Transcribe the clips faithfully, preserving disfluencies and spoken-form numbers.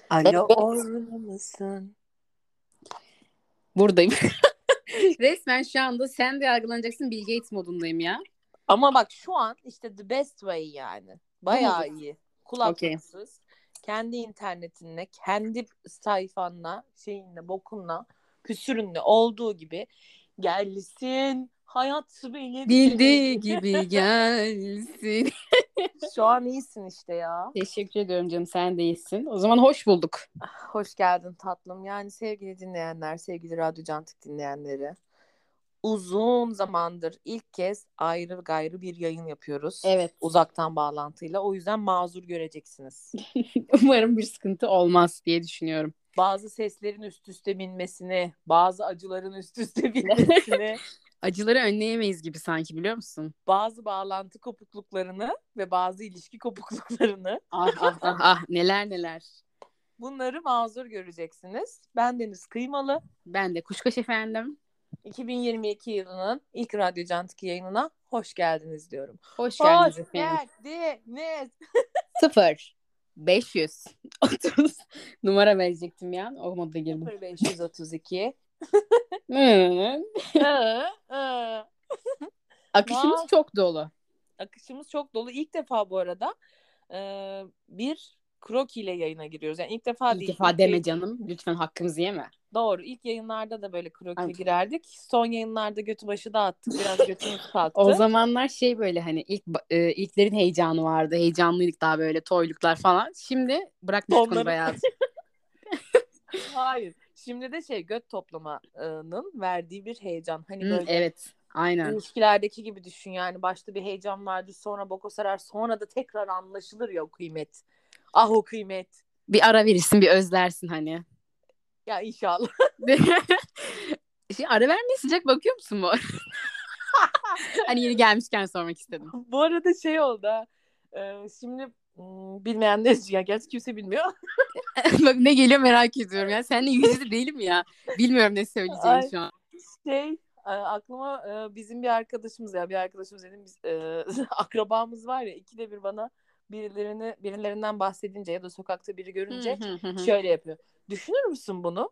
Alo, Evet, orada mısın? buradayım. Resmen şu anda sen de yargılanacaksın, Bill Gates modundayım ya. Ama bak şu an işte the best way yani. Bu mu? Bayağı iyi. Okey. Kulaklıksız. Kendi internetinle, kendi sayfanla, şeyinle, bokunla, püsürünle olduğu gibi gelsin. Hayat beni Bildiği dinle. gibi gelsin. Şu an iyisin işte ya. Teşekkür ediyorum canım, sen de iyisin. O zaman hoş bulduk. Hoş geldin tatlım. Yani sevgili dinleyenler, sevgili Radyo Cantik dinleyenleri. Uzun zamandır ilk kez ayrı gayrı bir yayın yapıyoruz. Evet. Uzaktan bağlantıyla. O yüzden mazur göreceksiniz. Umarım bir sıkıntı olmaz diye düşünüyorum. Bazı seslerin üst üste binmesini, bazı acıların üst üste binmesini, Acıları önleyemeyiz gibi sanki, biliyor musun? bazı bağlantı kopukluklarını ve bazı ilişki kopukluklarını, Ah ah ah ah, neler neler. bunları mazur göreceksiniz. Ben Deniz Kıymalı. Ben de Kuşkaş efendim. iki bin yirmi iki yılının ilk Radyo Cantik yayınına hoş geldiniz diyorum. Hoş Hoş geldiniz efendim. geldiniz. Sıfır. beş yüz otuz numara verecektim ya. O moda girdim. sıfır beş yüz otuz iki. Hmm. Aa, aa. Akışımız Na- çok dolu. Akışımız çok dolu. İlk defa bu arada e, bir kroki ile yayına giriyoruz. Yani ilk defa İlk değil. defa İlk deme yayın... canım. Lütfen hakkımızı yeme. Doğru. İlk yayınlarda da böyle Ay, kroki girerdik. Son yayınlarda götü başı dağıttık. Biraz götümüz o kalktı. zamanlar şey böyle hani ilk e, ilklerin heyecanı vardı. Heyecanlıydık daha, böyle toyluklar falan. Şimdi bırakmıştık onu Sonların bayağı. hayır. Şimdi de şey göt toplamanın verdiği bir heyecan. Hani Hı, böyle evet. Aynen. ilişkilerdeki gibi düşün yani. Başta bir heyecan vardır, sonra boka sarar, sonra da tekrar anlaşılır ya o kıymet. Ah o kıymet. Bir ara verirsin, bir özlersin hani. Ya inşallah. Şey, ara vermeye sıcak bakıyor musun bu? Hani yeni gelmişken sormak istedim. Bu arada şey oldu ha. Ee, şimdi hmm, bilmeyenler için ya gerçi kimse bilmiyor. Bak ne geliyor merak ediyorum. Ya seninle yüz yüze değilim ya. Bilmiyorum ne söyleyeceğini Ay şu an. şey e, aklıma e, bizim bir arkadaşımız ya bir arkadaşımız dedim biz e, akrabamız var ya ikide bir bana birilerini birilerinden bahsedince ya da sokakta biri Hı görünce hı hı hı. şöyle yapıyor. Düşünür müsün bunu?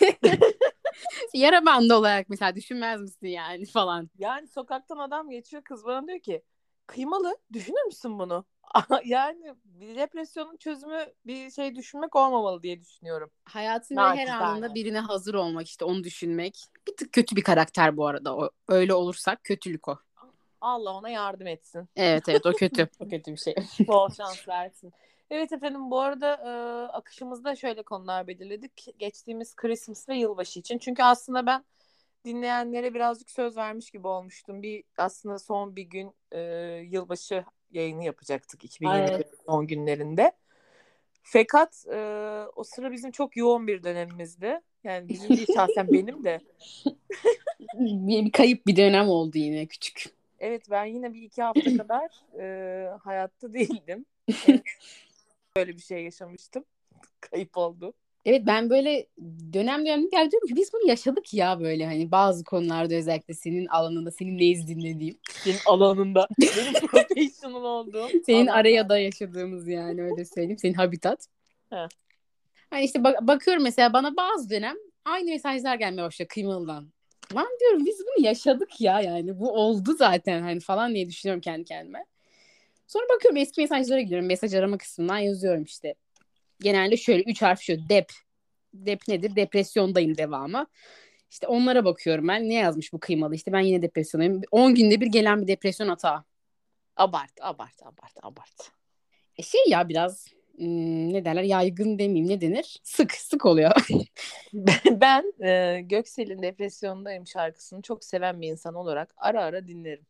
Yara bandı olarak mesela düşünmez misin yani falan. Yani sokaktan adam geçiyor kız bana diyor ki kıymalı düşünür müsün bunu? Yani bir depresyonun çözümü bir şey düşünmek olmamalı diye düşünüyorum. Hayatın böyle her anında Naçizane. birine hazır olmak, işte onu düşünmek. Bir tık kötü bir karakter bu arada. O, öyle olursak kötülük o. Allah ona yardım etsin. Evet evet, o kötü. O kötü bir şey. Bol şans versin. Evet efendim bu arada e, akışımızda şöyle konular belirledik. Geçtiğimiz Christmas ve yılbaşı için. Çünkü aslında ben dinleyenlere birazcık söz vermiş gibi olmuştum. Bir aslında son bir gün e, yılbaşı yayını yapacaktık Evet. iki bin yirmi dört son günlerinde. Fakat e, o sıra bizim çok yoğun bir dönemimizdi. Yani bizim değil şahsen benim de. Bir, bir kayıp bir dönem oldu yine, küçük. Evet ben yine bir iki hafta kadar e, hayatta değildim. En böyle bir şey yaşamıştım. Kayıp oldu. Evet, ben böyle dönem dönem ya diyorum ki biz bunu yaşadık ya, böyle hani bazı konularda, özellikle senin alanında, senin neyiz dinlediğim. Senin alanında. Benim professional olduğum Senin araya da alanlarda. yaşadığımız, yani öyle söyleyeyim. Senin habitat. Heh. Hani işte bak- bakıyorum mesela, bana bazı dönem aynı mesajlar gelmeye başlıyor Kıymalı'dan. Lan diyorum, biz bunu yaşadık ya, yani bu oldu zaten hani falan diye düşünüyorum kendi kendime. Sonra bakıyorum eski mesajlara gidiyorum. Mesaj arama kısmından yazıyorum işte. Genelde şöyle üç harf şu: dep. Dep nedir? Depresyondayım devamı. İşte onlara bakıyorum ben. Ne yazmış bu Kıymalı? İşte ben yine depresyondayım. on günde bir gelen bir depresyon atağı. Abart, abart, abart, abart. E şey ya biraz hmm, ne derler, yaygın demeyeyim, ne denir? Sık sık oluyor. Ben e, Göksel'in Depresyondayım şarkısını çok seven bir insan olarak ara ara dinlerim.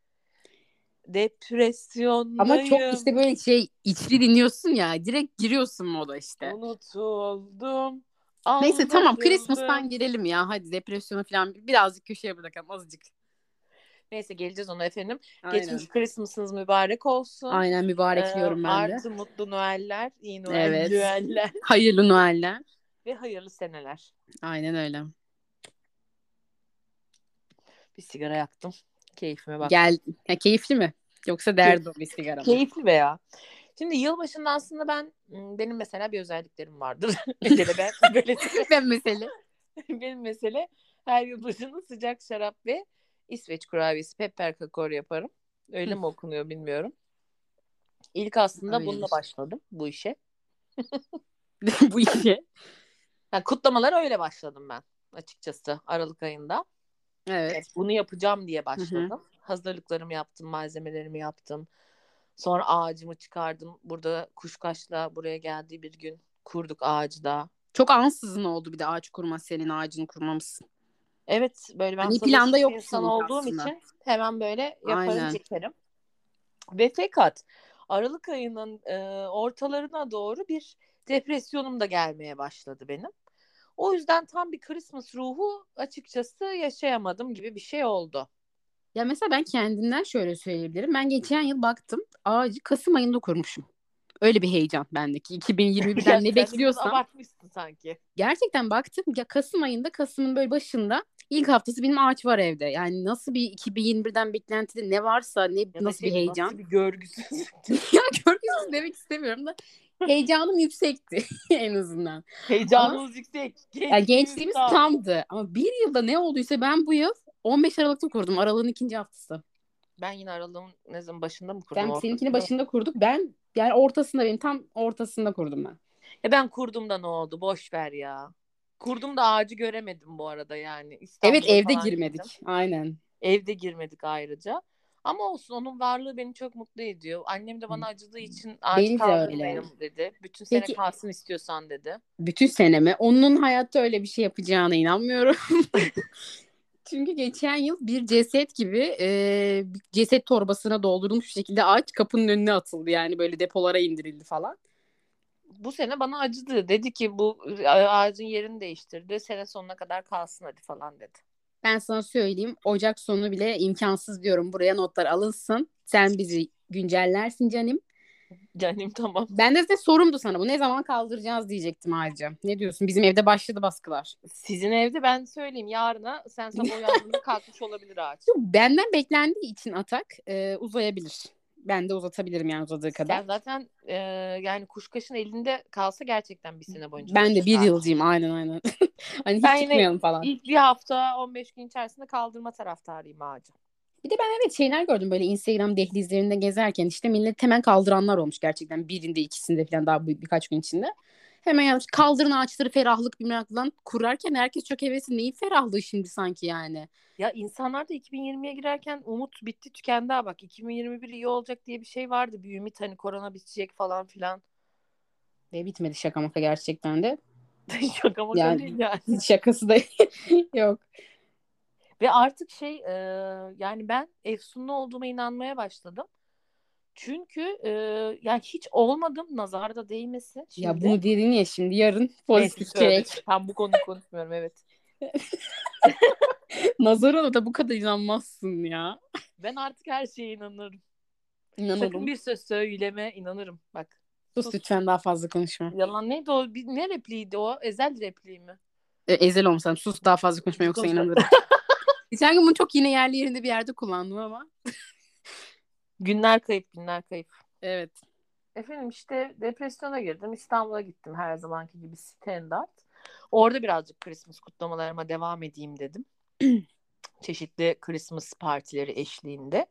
Ama çok Depresyondayım, işte böyle şey, içli dinliyorsun ya, direkt giriyorsun moda işte. unutuldum, Neyse tamam, aldatıldım. Christmas'tan girelim ya, hadi depresyonu falan birazcık köşeye bırakalım azıcık. Neyse geleceğiz ona efendim. Geçmiş Aynen. Christmas'ınız mübarek olsun. Aynen, E, mübarekliyorum ben de. artı mutlu Noeller, iyi Noel, Evet. Noeller Hayırlı Noeller. ve hayırlı seneler. Aynen öyle. Bir sigara yaktım. Keyfime baktım. Gel. Ya, keyifli mi? Yoksa Key- derdi o bir sigara mı? keyifli be ya. Şimdi yılbaşında aslında ben benim mesela bir özelliklerim vardır. Mesela ben böyle Ben mesele. benim mesele her yılbaşında sıcak şarap ve İsveç kurabiyesi pepper kakor yaparım. Öyle Hı. mi okunuyor bilmiyorum. İlk aslında bununla Öyledir. başladım bu işe. Bu işe. Yani kutlamalara öyle başladım ben açıkçası Aralık ayında. Evet, Evet. bunu yapacağım diye Hı hı. başladım. Hazırlıklarımı yaptım, malzemelerimi yaptım. Sonra ağacımı çıkardım. Burada kuşkaşla buraya geldiği bir gün kurduk ağacı da. Çok ansızın oldu bir de ağaç kurma, senin ağacını kurmamız. Evet, böyle ben Hani planda sabırsız bir yoktu insan sanki olduğum aslında. için hemen böyle yaparım Aynen. geçerim. Ve fakat Aralık ayının e, ortalarına doğru bir depresyonum da gelmeye başladı benim. O yüzden tam bir Christmas ruhu açıkçası yaşayamadım gibi bir şey oldu. Ya mesela ben kendimden şöyle söyleyebilirim. Ben geçen yıl baktım ağacı Kasım ayında kurmuşum. Öyle bir heyecan bendeki. Ya iki bin yirmi birden ne sen de biraz bekliyorsam. abartmışsın sanki. Gerçekten baktım ya Kasım ayında, Kasım'ın böyle başında ilk haftası benim ağaç var evde. Yani nasıl bir iki bin yirmi birden beklentide ne varsa, ne Ya da nasıl bir şey nasıl heyecan. bir görgüsüzlük. Ya görgüsüz demek istemiyorum da heyecanım yüksekti en azından. Ama Heyecanımız yüksek. yani Gençliğimiz gençliğimiz tam. tamdı. Ama bir yılda ne olduysa ben bu yıl on beş Aralık'ta kurdum. Aralığın ikinci haftası. Ben yine aralığın ne zaman başında mı kurdum Sen seninkini ortasında mı? başında kurduk. Ben yani ortasında, benim tam ortasında kurdum ben. Ya ben kurdum da ne oldu? Boş ver ya. Kurdum da ağacı göremedim bu arada yani. Evet, İstanbul'a evde falan gittim. girmedik. Aynen. Evde girmedik ayrıca. Ama olsun onun varlığı beni çok mutlu ediyor. Annem de bana acıdığı için ağacı Beni de öyle. kaldırmayalım dedi. Bütün sene Peki kalsın istiyorsan dedi. bütün senemi. Onun hayatta öyle bir şey yapacağına inanmıyorum. Çünkü geçen yıl bir ceset gibi e, bir ceset torbasına doldurulmuş bir şekilde ağaç kapının önüne atıldı. Yani böyle depolara indirildi falan. Bu sene bana acıdı. Dedi ki bu ağacın yerini değiştirdi. Sene sonuna kadar kalsın hadi falan dedi. Ben sana söyleyeyim, Ocak sonu bile imkansız diyorum. Buraya notlar alınsın. Sen bizi güncellersin canım. Canım tamam. Ben de size sorumdu sana. Bu ne zaman kaldıracağız diyecektim ayrıca. Ne diyorsun? Bizim evde başladı baskılar. Sizin evde ben söyleyeyim yarına sen sabah uyandığında kalkmış olabilir ağaç. Benden beklendiği için atak e, uzayabilir. Ben de uzatabilirim yani uzadığı kadar. Sen zaten e, yani kuşkaşın elinde kalsa gerçekten bir sene boyunca Ben de uğraşır bir ağaç. yılcıyım, aynen aynen. Hani Ben hiç yine çıkmayalım falan. ilk bir hafta on beş gün içerisinde kaldırma taraftarıyım ağacı. Bir de ben evet şeyler gördüm böyle Instagram dehlizlerinde gezerken, işte millet hemen kaldıranlar olmuş gerçekten, birinde ikisinde falan daha bir, birkaç gün içinde. Hemen yazmış kaldırın ağaçları, ferahlık bilmem ne falan, kurarken herkes çok hevesli. Neyin ferahlığı şimdi sanki yani. Ya insanlar da iki bin yirmiye girerken umut bitti tükendi ha bak iki bin yirmi bir iyi olacak diye bir şey vardı bir ümit hani korona bitecek falan filan. Ve bitmedi şaka maka gerçekten de. Şaka maka Yani değil yani. şakası da yok. Ve artık şey e, yani ben efsunlu olduğuma inanmaya başladım. Çünkü e, yani hiç olmadım nazarda değmesin Ya şimdi. bunu dedin ya, şimdi yarın Neyse pozitif tövbe. çek. Tam bu konuyu konuşmuyorum evet. Nazara da bu kadar inanmazsın ya. Ben artık her şeye inanırım. Sakın İnanırım. bir söz söyleme inanırım. Bak Sus sus. lütfen, daha fazla konuşma. Yalan neydi o? Bir, ne repliğiydi o? Ezel repliği mi? E, ezel olmasam sus, daha fazla konuşma yoksa Konuşma. inanırım. Geçen gün bunu çok yine yerli yerinde bir yerde kullandım ama. Günler kayıp günler kayıp. Evet. Efendim işte depresyona girdim. İstanbul'a gittim her zamanki gibi standart. Orada birazcık Christmas kutlamalarıma devam edeyim dedim. Çeşitli Christmas partileri eşliğinde.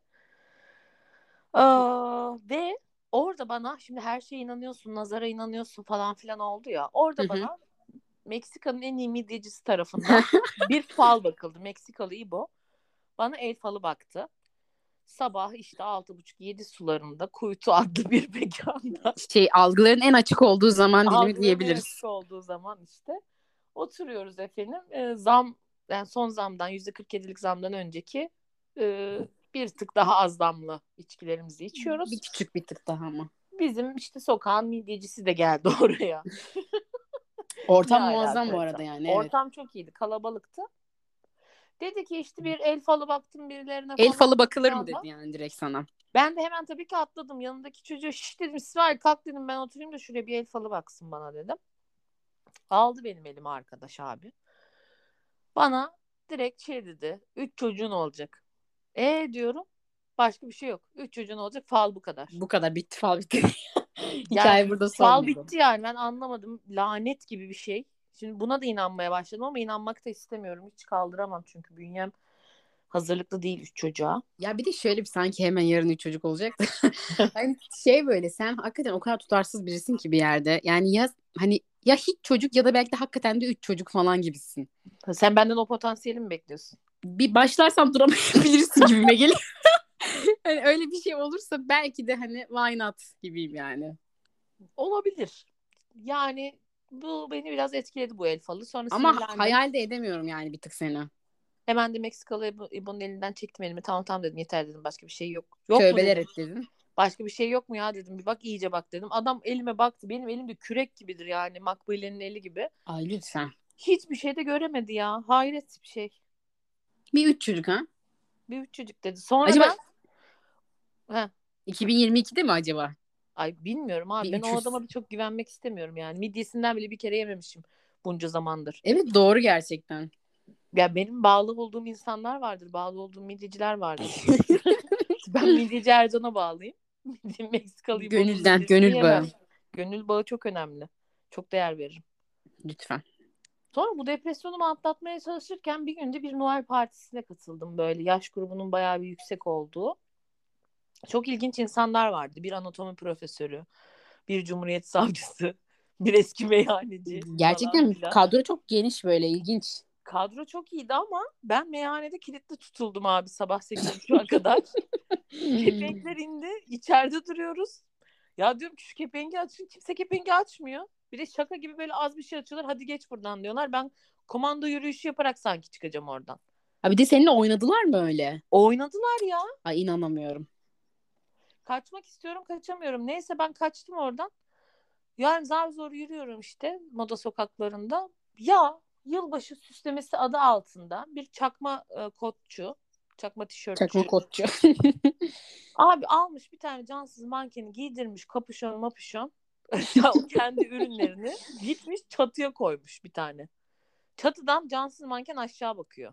Aa, ve orada bana şimdi her şeye inanıyorsun, nazara inanıyorsun falan filan oldu ya. Hı Orada hı. bana Meksika'nın en iyi midyecisi tarafından bir fal bakıldı. Meksikalı İbo bana el falı baktı. Sabah işte altı buçuk yedi sularında Kuytu adlı bir mekanda Şey, algıların en açık olduğu zaman dilimi algıların en diyebiliriz. açık olduğu zaman işte oturuyoruz efendim. E, zam yani son zamdan yüzde kırk yedilik zamdan önceki e, bir tık daha az zamlı içkilerimizi Bir içiyoruz. küçük bir tık daha ama. Bizim işte sokağın midyecisi de geldi oraya. Ne Ortam muazzam bu alakaysa. arada yani, evet. Ortam çok iyiydi, kalabalıktı. Dedi ki işte bir el falı baktım birilerine El falan falı bakılır mı filan da. dedi yani direkt sana. Ben de hemen tabii ki atladım. Yanındaki çocuğa şiş dedim İsmail kalk dedim ben oturayım da şuraya bir el falı baksın bana dedim. Aldı benim elimi arkadaş abi. Bana direkt şey dedi. Üç çocuğun olacak. E diyorum. Başka bir şey yok. Üç çocuğun olacak. Fal bu kadar. Bu kadar bitti, fal bitti. Hikaye Yani burada fal sonladı. bitti yani, ben anlamadım. Lanet gibi bir şey. Şimdi buna da inanmaya başladım ama inanmak da istemiyorum. Hiç kaldıramam çünkü bünyem hazırlıklı değil üç çocuğa. Ya bir de şöyle bir sanki hemen yarın üç çocuk olacak da. Hani şey böyle sen hakikaten o kadar tutarsız birisin ki bir yerde. Yani ya hani ya hiç çocuk ya da belki de hakikaten de üç çocuk falan gibisin. Sen benden o potansiyeli mi bekliyorsun? Bir başlarsam duramayabilirsin gibime geliyor. Hani öyle bir şey olursa belki de hani why not gibiyim yani. Olabilir. Yani bu beni biraz etkiledi, bu el falı. Sonra Ama sinirlendim. hayal de edemiyorum yani bir tık seni. Hemen de Meksikalı İbo- İbo'nun elinden çektim elimi. Tamam tamam dedim, yeter dedim, başka bir şey yok. Yok mu Tövbeler dedim. et dedin. Başka bir şey yok mu ya dedim. Bir bak, iyice bak dedim. Adam elime baktı. Benim elim de kürek gibidir yani. Makbule'nin eli gibi. Ay lütfen. Hiçbir şey de göremedi ya. Hayret bir şey. Bir üç çocuk ha? Bir üç çocuk dedi. Sonra Acaba ben heh, iki bin yirmi ikide mi acaba? ay bilmiyorum abi. Bir Ben o üç yüz. adama bir çok güvenmek istemiyorum yani. Midyesinden bile bir kere yememişim bunca zamandır. Evet doğru gerçekten. Ya benim bağlı olduğum insanlar vardır. Bağlı olduğum midyeciler vardır. Ben midyeci Ercan'a bağlıyım. Meksikalı İbo'nun Gönülden, midyesini gönül yemem. bağı. Gönül bağı çok önemli. Çok değer veririm. Lütfen. Sonra bu depresyonumu atlatmaya çalışırken bir günde bir Noel partisine katıldım böyle. Yaş grubunun bayağı bir yüksek olduğu. Çok ilginç insanlar vardı. Bir anatomi profesörü, bir cumhuriyet savcısı, bir eski meyhaneci falan Gerçekten filan. kadro çok geniş böyle ilginç. Kadro çok iyiydi ama ben meyhanede kilitli tutuldum abi sabah sekiz buçuğa kadar. Kepenkler indi. İçeride duruyoruz. Ya diyorum ki şu kepengi açın. Kimse kepengi açmıyor. Bir de şaka gibi böyle az bir şey açıyorlar. Hadi geç buradan diyorlar. Ben komando yürüyüşü yaparak sanki çıkacağım oradan. Ha bir de seninle oynadılar mı öyle? Oynadılar ya. Ay inanamıyorum. Kaçmak istiyorum, kaçamıyorum. Neyse ben kaçtım oradan. Yani zar zor yürüyorum işte moda sokaklarında. Ya yılbaşı süslemesi adı altında bir çakma e, kotçu, çakma Çakma tişörtçü. kotçu. Abi almış bir tane cansız mankeni, giydirmiş kapüşon mapüşon. O kendi ürünlerini gitmiş çatıya koymuş bir tane. Çatıdan cansız manken aşağı bakıyor.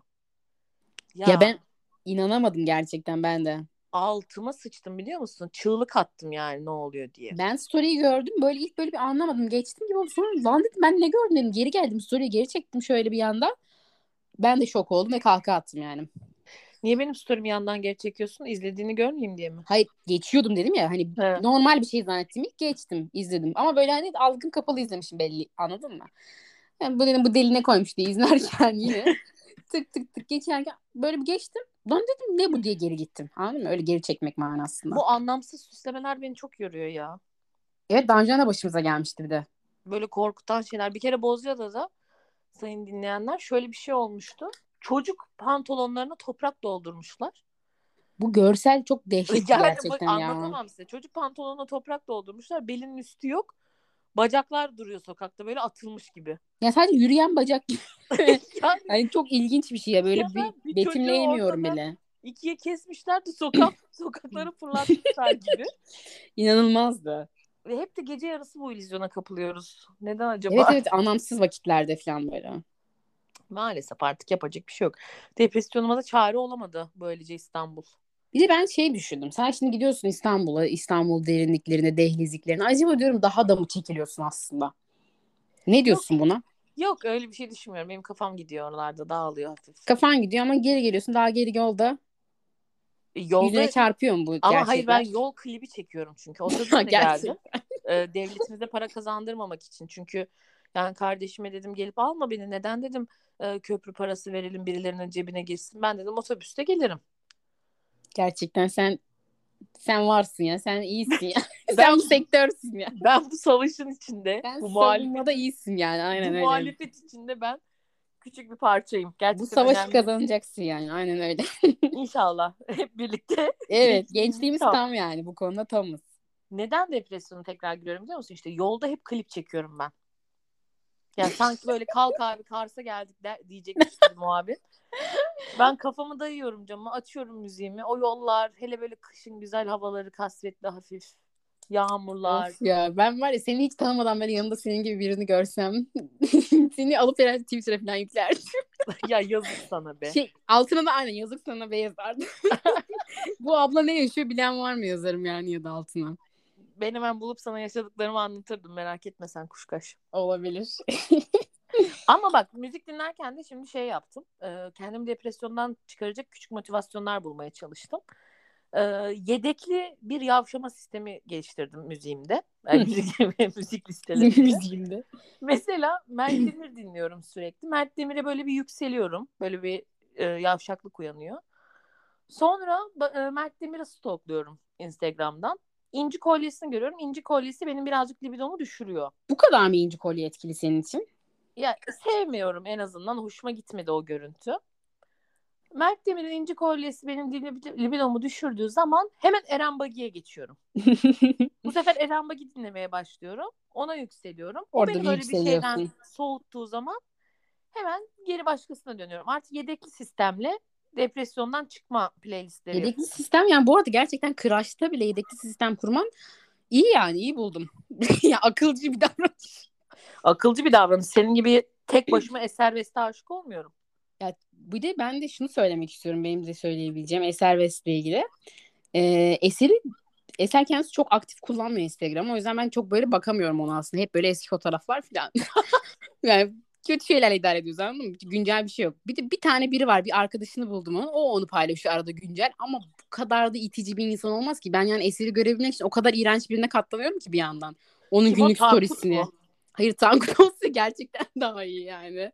Ya Ya ben inanamadım gerçekten ben de. altıma sıçtım biliyor musun? Çığlık attım yani ne oluyor diye. Ben story'yi gördüm. Böyle ilk böyle bir anlamadım. Geçtim gibi oldu. Sonra lan dedim ben ne gördüm dedim. Geri geldim. Story'yi geri çektim şöyle bir yanda. Ben de şok oldum ve kahkaha attım yani. Niye benim story'mi yandan geri çekiyorsun? İzlediğini görmeyeyim diye mi? Hayır geçiyordum dedim ya. Hani He. normal bir şey zannettim. İlk geçtim izledim. Ama böyle hani algım kapalı izlemişim belli. Anladın mı? Yani bu dedim bu deli ne koymuş diye izlerken yine tık tık tık geçerken böyle bir geçtim. Lan dedim ne bu diye geri gittim. Anladın mı? Öyle geri çekmek manasında. Bu anlamsız süslemeler beni çok yoruyor ya. Evet daha önce de başımıza gelmişti bir de. Böyle korkutan şeyler. Bir kere Bozcaada'da da sayın dinleyenler şöyle bir şey olmuştu. Çocuk pantolonlarına toprak doldurmuşlar. Bu görsel çok dehşetti Yani bak gerçekten ya. anlatamam size. Çocuk pantolonuna toprak doldurmuşlar. Belinin üstü yok. Bacaklar duruyor sokakta böyle atılmış gibi. Ya sadece yürüyen bacak gibi. Yani Yani çok ilginç bir şey ya. ya Böyle da bir bir çocuğu betimleyemiyorum ortadan bile. ikiye kesmişler de sokak sokaklara fırlatmışlar gibi. İnanılmazdı. Ve hep de gece yarısı bu illüzyona kapılıyoruz. Neden Evet acaba? evet anlamsız vakitlerde falan böyle. Maalesef artık yapacak bir şey yok. Depresyonuma da çare olamadı böylece İstanbul. Bir de ben şey düşündüm. Sen şimdi gidiyorsun İstanbul'a, İstanbul derinliklerine, dehlizliklerine. Acaba diyorum daha da mı çekiliyorsun aslında? Ne Yok diyorsun buna? yok, öyle bir şey düşünmüyorum. Benim kafam gidiyor oralarda, dağılıyor hafif. Kafan gidiyor ama geri geliyorsun. Daha geri yolda E, yüzüne Yolda çarpıyor mu bu ama hayır, ben gerçekler? yol klibi çekiyorum çünkü otobüsle geldim. Gerçek. E, devletimize para kazandırmamak için. Çünkü yani kardeşime dedim gelip alma beni. Neden dedim e, köprü parası verelim birilerinin cebine girsin. Ben dedim otobüste gelirim. Gerçekten sen sen varsın ya. Sen iyisin ya. Sen bu Ben sektörsün ya. ben bu savaşın içinde, Sen bu savunmada muhalefetin iyisin yani. Aynen bu öyle. muhalefet içinde ben küçük bir parçayım. Bu Gerçekten savaşı önemli. kazanacaksın yani. Aynen öyle. İnşallah hep birlikte Evet, gençliğimiz gençliğimiz tam. tam yani bu konuda tamız. Neden depresyonu tekrar giriyorum biliyor musun? İşte yolda hep klip çekiyorum ben. Yani sanki böyle kalk abi Kars'a geldik de, diyecekmiş gibi muhabbet. Ben kafamı dayıyorum cama, açıyorum müziğimi. O yollar, hele böyle kışın güzel havaları, kasvetli hafif yağmurlar. Of ya ben var ya seni hiç tanımadan böyle yanında senin gibi birini görsem seni alıp herhalde Twitter'a falan yüklerdim. Ya yazık sana be. Şey altına da aynen yazık sana be yazardım. Bu abla ne yaşıyor bilen var mı yazarım yani ya da altına. ben hemen bulup sana yaşadıklarımı anlatırdım. Merak etme sen Kuşkaş. Olabilir. Ama bak müzik dinlerken de şimdi şey yaptım. Ee, kendimi depresyondan çıkaracak küçük motivasyonlar bulmaya çalıştım. Ee, yedekli bir yavşama sistemi geliştirdim müziğimde. Yani müzik, müzik listelerimde. Müziğimde. Mesela Mert Demir dinliyorum sürekli. Mert Demir'e böyle bir yükseliyorum. Böyle bir e, yavşaklık uyanıyor. Sonra e, Mert Demir'i stalkluyorum Instagram'dan. İnci kolyesini görüyorum. İnci kolyesi benim birazcık libidomu düşürüyor. Bu kadar mı inci kolye etkili senin için? Ya sevmiyorum en azından. Hoşuma gitmedi o görüntü. Mert Demir'in inci kolyesi benim libidomu düşürdüğü zaman hemen Eren Bagi'ye geçiyorum. Bu sefer Eren Bagi dinlemeye başlıyorum. Ona yükseliyorum. O Orada beni bir böyle bir şeyden yükseliyorsun. soğuttuğu zaman hemen geri başkasına dönüyorum. Artık yedekli sistemle depresyondan çıkma playlistleri Yedekli yapıyorum. sistem yani bu arada gerçekten Crush'ta bile yedekli sistem kurman iyi yani iyi buldum. Ya akılcı bir davranış. Akılcı bir davranış. Senin gibi tek başıma Eser Vest'e aşık olmuyorum. Ya bir de ben de şunu söylemek istiyorum benim de söyleyebileceğim Eser West'le ilgili. Ee, Eser'i Eser kendisi çok aktif kullanmıyor Instagram. O yüzden ben çok böyle bakamıyorum ona aslında. Hep böyle eski fotoğraflar falan. Yani kötü şeylerle idare ediyoruz anladın mı? Güncel bir şey yok. Bir de bir tane biri var. Bir arkadaşını buldum onu. O onu paylaşıyor arada güncel. Ama bu kadar da itici bir insan olmaz ki. Ben yani Eser'i görebilmek için o kadar iğrenç birine katlanıyorum ki bir yandan. Onun Kim o? günlük Tankut storiesini. mu? Hayır Tankut olsa gerçekten daha iyi yani.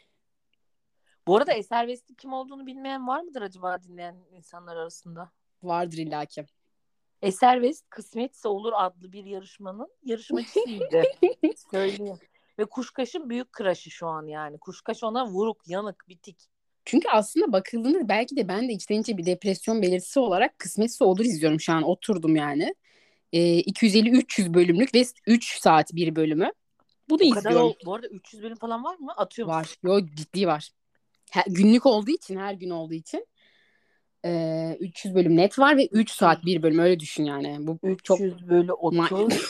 Bu arada Eser Vest'in kim olduğunu bilmeyen var mıdır acaba dinleyen insanlar arasında? Vardır illaki. Eser Vest Kısmetse Olur adlı bir yarışmanın yarışmacısıydı. Söyleyeyim. Ve Kuşkaş'ın büyük crush'ı şu an yani. Kuşkaş ona vuruk, yanık, bitik. Çünkü aslında bakıldığında belki de ben de içten içe bir depresyon belirtisi olarak Kısmetse Olur izliyorum şu an. Oturdum yani. Ee, iki yüz elli üç yüz bölümlük ve üç saat bir bölümü. Bunu O kadar izliyorum. ol. Bu arada üç yüz bölüm falan var mı? Atıyor musun? Var. Yo ciddi var. Her, günlük olduğu için her gün olduğu için e, üç yüz bölüm net var ve üç saat bir bölüm öyle düşün yani. Bu çok üç yüz bölü otuz.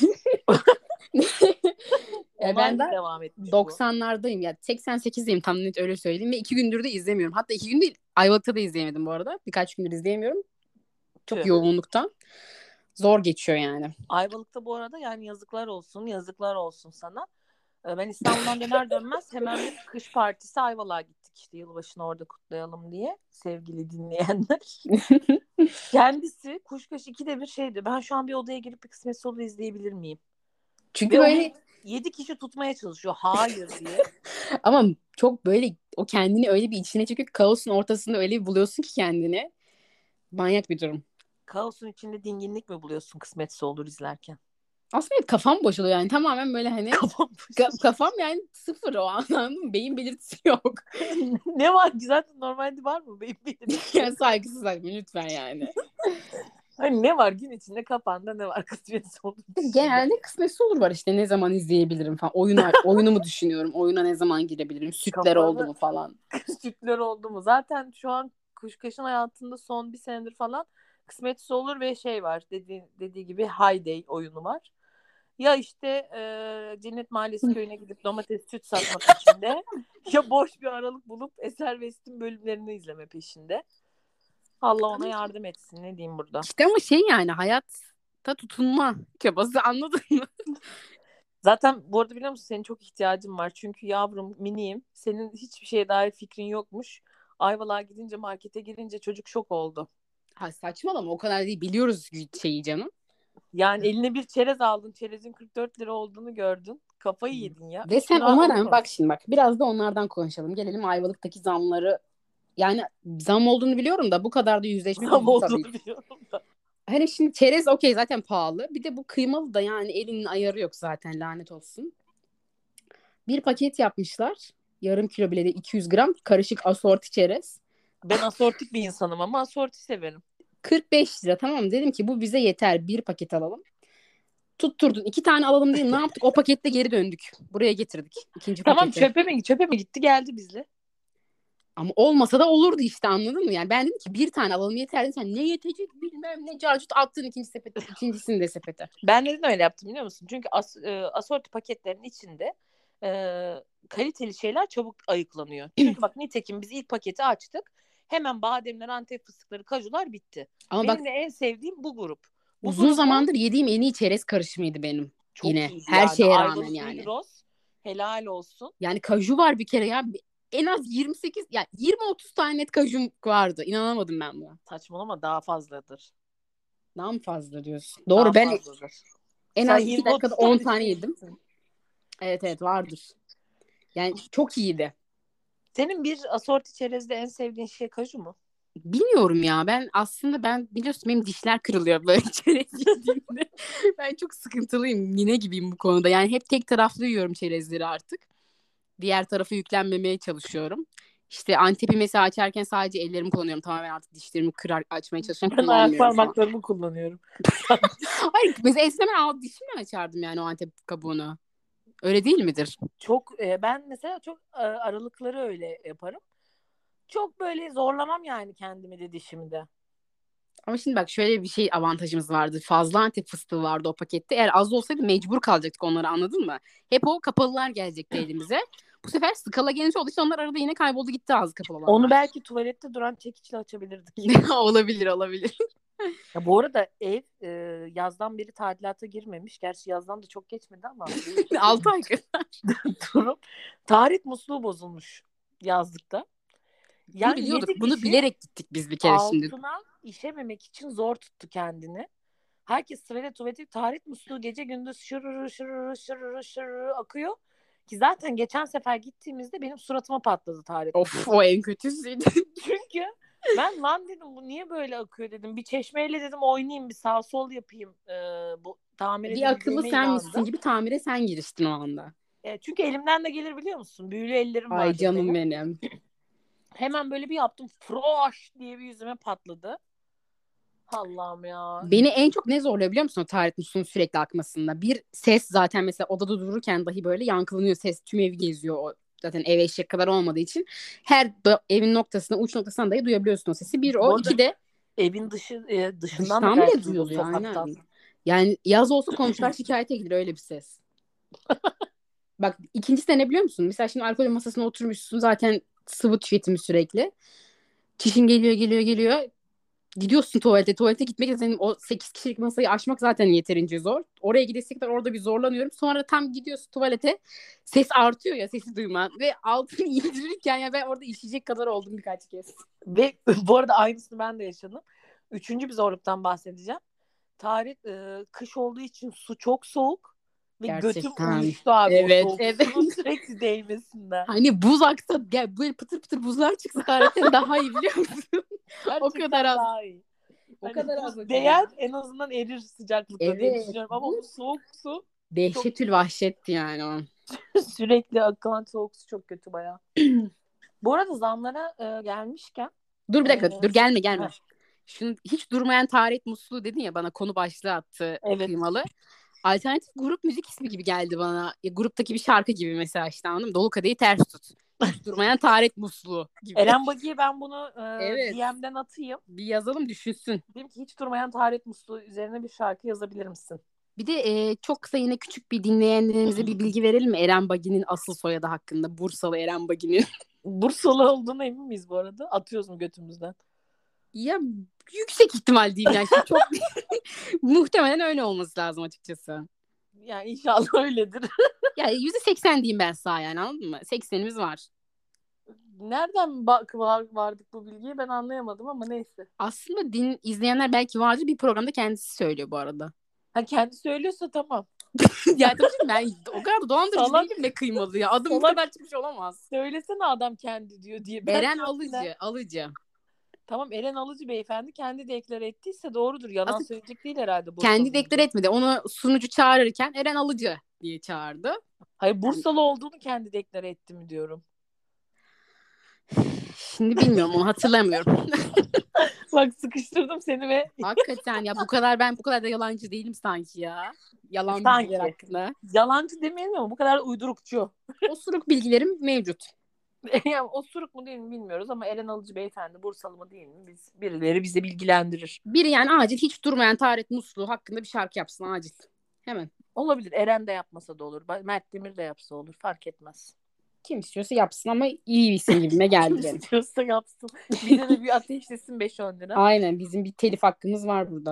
ya on ben aydır de devam etmiş bu. doksanlardayım ya seksen sekizdeyim tam net öyle söyleyeyim ve iki gündür de izlemiyorum. Hatta iki gün değil Ayvalık'ta da izleyemedim bu arada. Birkaç gündür izleyemiyorum. Çok Tüh. yoğunluktan. Zor geçiyor yani. Ayvalık'ta bu arada yani yazıklar olsun, yazıklar olsun sana. Ee, Ben İstanbul'dan döner dönmez hemen bir kış partisi Ayvalık'a gittik işte yılbaşını orada kutlayalım diye sevgili dinleyenler. Kendisi Kuşkaş ikide bir şeydi. Ben şu an bir odaya girip bir Kısmetse Olur izleyebilir miyim? Çünkü Ve onu böyle yedi kişi tutmaya çalışıyor. Hayır diye. ama çok böyle o kendini öyle bir içine çekip kaosun ortasında öyle bir buluyorsun ki kendini. Manyak bir durum. Kaosun içinde dinginlik mi buluyorsun Kısmetse Olur izlerken? Aslında hep kafam boşalıyor yani tamamen böyle hani Kafam ka- kafam yani sıfır o an anladın mı? Beyin belirtisi yok. Ne var ki zaten normalde var mı benim benim? Yani saygısız saçma lütfen yani. Hani ne var gün içinde kafanda ne var Kısmetse Olur dışında? Genelde kısmetse olur var işte ne zaman izleyebilirim falan. Oyunu, oyunumu düşünüyorum. Oyuna ne zaman girebilirim. Sütler oldu Kafanı mu falan. sütler oldu mu? Zaten şu an Kuşkaş'ın hayatında son bir senedir falan Kısmetse Olur ve şey var dediği, dediği gibi Hay Day oyunu var. Ya işte e, Cennet Mahallesi köyüne gidip domates süt satma peşinde ya boş bir aralık bulup Eser West'in bölümlerini izleme peşinde. Allah ona yardım etsin ne diyeyim burada. İşte ama şey yani hayatta tutunma çabası anladın mı? Zaten bu arada biliyor musun senin çok ihtiyacın var. Çünkü yavrum miniyim. Senin hiçbir şeye dair fikrin yokmuş. Ayvalık'a gidince markete girince çocuk şok oldu. Ha saçmalama o kadar değil biliyoruz şeyi canım. Yani eline bir çerez aldın. Çerezin kırk dört lira olduğunu gördün. Kafayı yedin ya. Ve Üç sen gün ona onu rağmen bak şimdi bak biraz da onlardan konuşalım. Gelelim Ayvalık'taki zamları yani zam olduğunu biliyorum da bu kadar da yüzleşmek zam üzdü tabii. olduğunu biliyorum da. Hani şimdi çerez okey zaten pahalı. Bir de bu kıymalı da yani elinin ayarı yok zaten lanet olsun. Bir paket yapmışlar. Yarım kilo bile de iki yüz gram karışık asorti çerez. Ben asortik bir insanım ama asorti severim. kırk beş lira tamam mı? Dedim ki bu bize yeter bir paket alalım. Tutturdun iki tane alalım diye ne yaptık? O pakette geri döndük. Buraya getirdik ikinci Tamam paketi. çöpe mi, çöpe mi gitti geldi bizle. Ama olmasa da olurdu işte anladın mı? Yani ben dedim ki bir tane alalım yeter dedim. Sen ne yetecek bilmem ne carcut attın ikinci sepete, ikincisini de sepete. Ben neden öyle yaptım biliyor musun? Çünkü as, e, asorti paketlerin içinde e, kaliteli şeyler çabuk ayıklanıyor. Çünkü bak nitekim biz ilk paketi açtık. Hemen bademler, antep fıstıkları, kajular bitti. Ama bak Benim de en sevdiğim bu grup. Bu Uzun durumu zamandır yediğim en iyi çerez karışımıydı benim. çok Yine iyi her yani. şeye rağmen Ayvalık yani. Negros helal olsun. Yani kaju var bir kere ya. En az yirmi sekiz ya yirmi otuz tane net kajum vardı. İnanamadım ben buna. Saçmalama, daha fazladır. Daha mı fazla diyorsun? Daha Doğru, ben fazladır. en Sen az iki yirmi dakikada otuz on tane tane şey yedim. yemişsin. Evet evet vardır. Yani çok iyiydi. Senin bir asorti çerezde en sevdiğin şey kaju mu? Bilmiyorum ya, ben aslında ben biliyorsun benim dişler kırılıyor böyle çerez yediğimde. Ben çok sıkıntılıyım, yine gibiyim bu konuda. Yani hep tek taraflı yiyorum çerezleri artık. Diğer tarafı yüklenmemeye çalışıyorum. İşte Antep'i mesela açarken sadece ellerimi kullanıyorum. Tamamen artık dişlerimi kırar açmaya çalışıyorum, Ben ayak kullanmıyorum falan. parmaklarımı kullanıyorum. Hayır mesela eskiden ben alt dişimle açardım yani o Antep kabuğunu. Öyle değil midir? Çok e, ben mesela çok e, aralıkları öyle yaparım. Çok böyle zorlamam yani kendimi de dişimi de. Ama şimdi bak, şöyle bir şey avantajımız vardı. Fazla Antep fıstığı vardı o pakette. Eğer az olsaydı mecbur kalacaktık onları, anladın mı? Hep o kapalılar gelecekti elimize. Bu sefer skala geniş olduğu için onlar arada yine kayboldu gitti, ağzı kapalı Onu olanlar. belki tuvalette duran çekiçle açabilirdik. Olabilir olabilir. Ya bu arada ev e, yazdan beri tadilata girmemiş. Gerçi yazdan da çok geçmedi ama altı ay kadar. durum. Taharet musluğu bozulmuş yazlıkta. Bunu Yani biliyorduk. yedi Bunu kişi bilerek gittik biz bir kere şimdi. altına işememek için zor tuttu kendini. Herkes sırayla tuvalete, taharet musluğu gece gündüz şırırı şırırı şırırı şırırı akıyor. Ki zaten geçen sefer gittiğimizde benim suratıma patladı taharet musluğu. Of, o en kötüsüydü. Çünkü ben lan dedim bu niye böyle akıyor dedim. Bir çeşmeyle dedim oynayayım, bir sağ sol yapayım. Ee, bu tamir Bir akıllı edebileceğime senmişsin inandım. gibi tamire sen giriştin o anda. E, çünkü elimden de gelir biliyor musun? Büyülü ellerim Ay vardır canım benim. benim. Hemen böyle bir yaptım. Froş diye bir yüzüme patladı. Allah'ım ya. Beni en çok ne zorluyor biliyor musun o taharet musluğunun sürekli akmasında? Bir, ses zaten mesela odada dururken dahi böyle yankılanıyor ses. Tüm evi geziyor o. Zaten ev eşek kadar olmadığı için her da, evin noktasına, uç noktasına dahi duyabiliyorsun o sesi. Bir o, Bu arada iki de evin dışı e, dışından da dıştan belki bile duyulur, duyuluyor sokaktan. aynen. Yani yaz olsa komşular şikayete gelir, öyle bir ses. Bak ikincisi de ne biliyor musun? Mesela şimdi alkol masasına oturmuşsun, zaten sıvı tüketimi sürekli. Çişin geliyor geliyor geliyor. Gidiyorsun tuvalete. Tuvalete gitmek de senin o sekiz kişilik masayı aşmak zaten yeterince zor. Oraya gidesek kadar orada bir zorlanıyorum. Sonra tam gidiyorsun tuvalete. Ses artıyor ya, sesi duyman. Ve altını indirirken ya ben orada işeyecek kadar oldum birkaç kez. Ve bu arada aynısını ben de yaşadım. Üçüncü bir zorluktan bahsedeceğim. Tarih e, kış olduğu için su çok soğuk. Ve götüm Gerçekten. uyuştu abi o Evet, soğuk evet. sunun sürekli değmesinden. Hani buz aksa, gel böyle pıtır pıtır buzlar çıksa tarihtetten daha iyi biliyor musun? O kadar Gerçekten az. daha iyi. O Hani kadar az buz akıyor. değer en azından erir sıcaklıkta diye Evet. düşünüyorum. Ama bu Bu soğuk su çok dehşetül vahşetti yani o. sürekli akılan soğuk su çok kötü bayağı. Bu arada zamlara e, gelmişken Dur bir e, dakika, dur gelme gelme. heh, Şunu, hiç durmayan taharet musluğu dedin ya, bana konu başlığı attı evet. kıymalı. Alternatif grup müzik ismi gibi geldi bana. Ya, gruptaki bir şarkı gibi mesela, işte anladın mı? Dolu kadehi ters tut. Hiç durmayan taharet musluğu gibi. Eren Bagi'ye ben bunu e, Evet. D M'den atayım. Bir yazalım, düşünsün. Dedim ki hiç durmayan taharet musluğu üzerine bir şarkı yazabilir misin? Bir de e, çok kısa yine küçük bir dinleyenlerimize bir bilgi verelim mi? Eren Bagi'nin asıl soyadı hakkında. Bursalı Eren Bagi'nin. Bursalı olduğuna emin miyiz bu arada? Atıyoruz mu götümüzden? Ya yüksek ihtimal diyeyim yani. Şimdi çok muhtemelen öyle olması lazım açıkçası. Yani inşallah öyledir. Ya yüzde seksen diyeyim ben sağ, yani anladın mı? seksenimiz var. Nereden bak var, vardık bu bilgiye ben anlayamadım ama neyse. Aslında din izleyenler belki vardır, bir programda kendisi söylüyor bu arada. Ha kendi söylüyorsa tamam. Yani tabii canım, ben o kadar da dolandırıcı Salak. değilim be kıymalı ya. Adım bu Salak. kadar çıkmış olamaz. Söylesene adam kendi diyor diye. Ben Eren diyorum ki ne? Alıcı, Alıcı. Tamam, Eren Alıcı beyefendi kendi deklare ettiyse doğrudur. Yalan Aslında söyleyecek değil herhalde kendi Bursalı deklar diye. etmedi. Onu sunucu çağırırken Eren Alıcı diye çağırdı. Hayır, Bursalı olduğunu kendi deklare etti mi diyorum. Şimdi bilmiyorum, onu hatırlamıyorum. Bak sıkıştırdım seni ve Hakikaten ya, bu kadar ben bu kadar da yalancı değilim sanki ya. Yalan sanki. bilgiler hakkında. Yalancı demeyelim ama bu kadar uydurukçu. Osuruk bilgilerim mevcut. Yani o suruk mu değil mi bilmiyoruz ama Eren Alıcı beyefendi Bursalı mı değil mi? Biz, birileri bizi bilgilendirir. Biri yani acil hiç durmayan taharet musluğu hakkında bir şarkı yapsın acil. Hemen. Olabilir. Eren de yapmasa da olur. Mert Demir de yapsa olur. Fark etmez. Kim istiyorsa yapsın ama iyi bir isim gibime geldi Kim benim. istiyorsa yapsın. Bize de bir ateşlesin beş on lira. Aynen, bizim bir telif hakkımız var burada.